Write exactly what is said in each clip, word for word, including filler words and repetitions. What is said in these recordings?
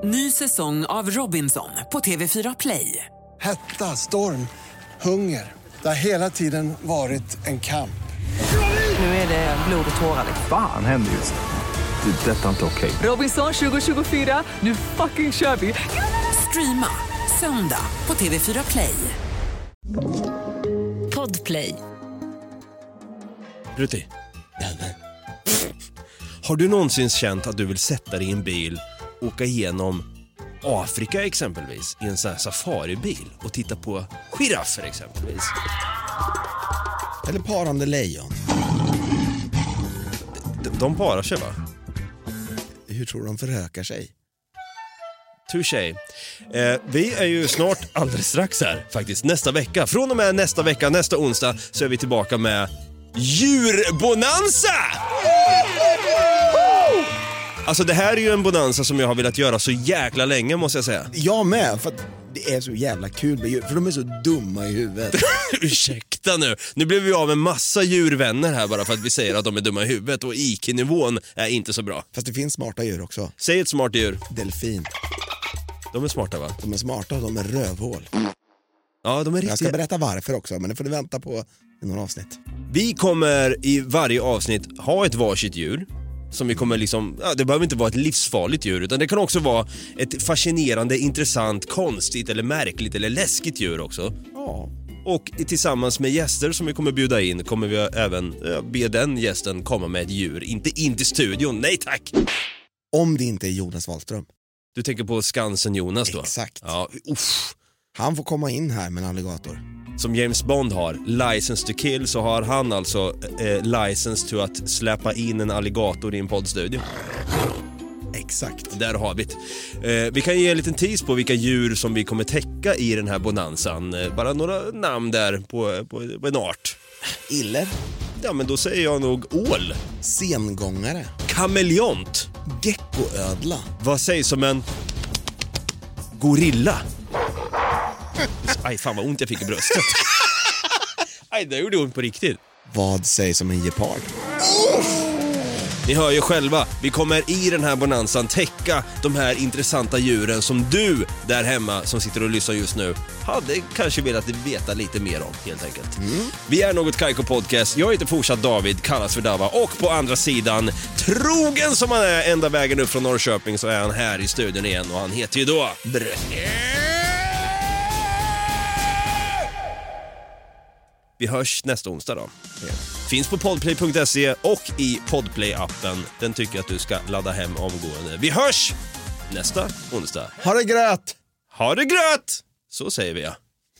Ny säsong av Robinson på T V fyra Play. Hetta, storm, hunger. Det har hela tiden varit en kamp. Nu är det blod och tårar. Fan händer just det. Det är detta inte okej. Robinson tjugo tjugofyra, nu fucking kör vi. Streama söndag på T V fyra Play. Podplay. Ruti. Har du någonsin känt att du vill sätta dig i en bil, åka igenom Afrika exempelvis i en sån här safaribil och titta på giraffer exempelvis? Eller parande lejon. De, de parar sig, va? Hur tror de förökar sig? Touché. Eh, vi är ju snart alldeles strax här faktiskt. Nästa vecka, från och med nästa vecka, nästa onsdag, så är vi tillbaka med djurbonanza! Alltså det här är ju en bonanza som jag har velat göra så jäkla länge, måste jag säga. Jag med, för att det är så jävla kul med djur, för de är så dumma i huvudet. Ursäkta nu, nu blev vi av med massa djurvänner här bara för att vi säger att de är dumma i huvudet och I Q-nivån är inte så bra. Fast det finns smarta djur också. Säg ett smart djur. Delfin. De är smarta, va? De är smarta och de är rövhål. Ja, de är riktiga. Jag ska berätta varför också, men det får du vänta på i några avsnitt. Vi kommer i varje avsnitt ha ett varsitt djur som vi kommer liksom, ja, det behöver inte vara ett livsfarligt djur, utan det kan också vara ett fascinerande, intressant, konstigt eller märkligt eller läskigt djur också. Ja. Och tillsammans med gäster som vi kommer bjuda in kommer vi även ja, be den gästen komma med ett djur. Inte in till studion, nej tack! Om det inte är Jonas Wallström. Du tänker på Skansen Jonas då? Exakt. Ja, uff. Han får komma in här med en alligator. Som James Bond har License to Kill, så har han alltså eh, license to att släppa in en alligator i en poddstudio. Exakt. Där har vi det. Eh, vi kan ge en liten tease på vilka djur som vi kommer täcka i den här bonanzan. Eh, bara några namn där på, på, på en art. Iller. Ja, men då säger jag nog ål. Sengångare. Kameleont. Geckoödla. Vad sägs som en gorilla? Aj, fan vad ont jag fick i bröstet. Aj, det gjorde ont på riktigt. Vad sägs som en gepard? Ni hör ju själva, vi kommer i den här bonanzan täcka de här intressanta djuren som du där hemma som sitter och lyssnar just nu hade kanske velat veta lite mer om, helt enkelt. Mm. Vi är Något Kaiko Podcast. Jag heter fortsatt David, kallas för Dava, och på andra sidan, trogen som han är ända vägen upp från Norrköping, så är han här i studion igen, och han heter ju då Brr. Vi hörs nästa onsdag då. Finns på podplay punkt se och i Podplay-appen. Den tycker jag att du ska ladda hem omgående. Vi hörs nästa onsdag. Ha det gröt! Ha det gröt! Så säger vi, ja.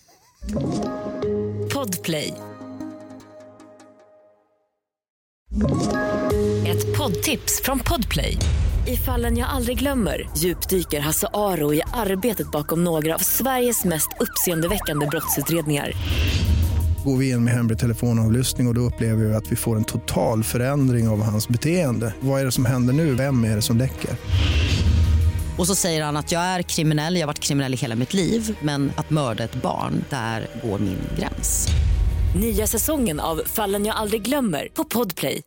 Podplay. Ett poddtips från Podplay. I Fallen jag aldrig glömmer djupdyker Hasse Aro i arbetet bakom några av Sveriges mest uppseendeväckande brottsutredningar. Går vi in med hemlig telefonavlyssning och då upplever vi att vi får en total förändring av hans beteende. Vad är det som händer nu? Vem är det som läcker? Och så säger han att jag är kriminell, jag har varit kriminell i hela mitt liv. Men att mörda ett barn, där går min gräns. Nya säsongen av Fallen jag aldrig glömmer på Podplay.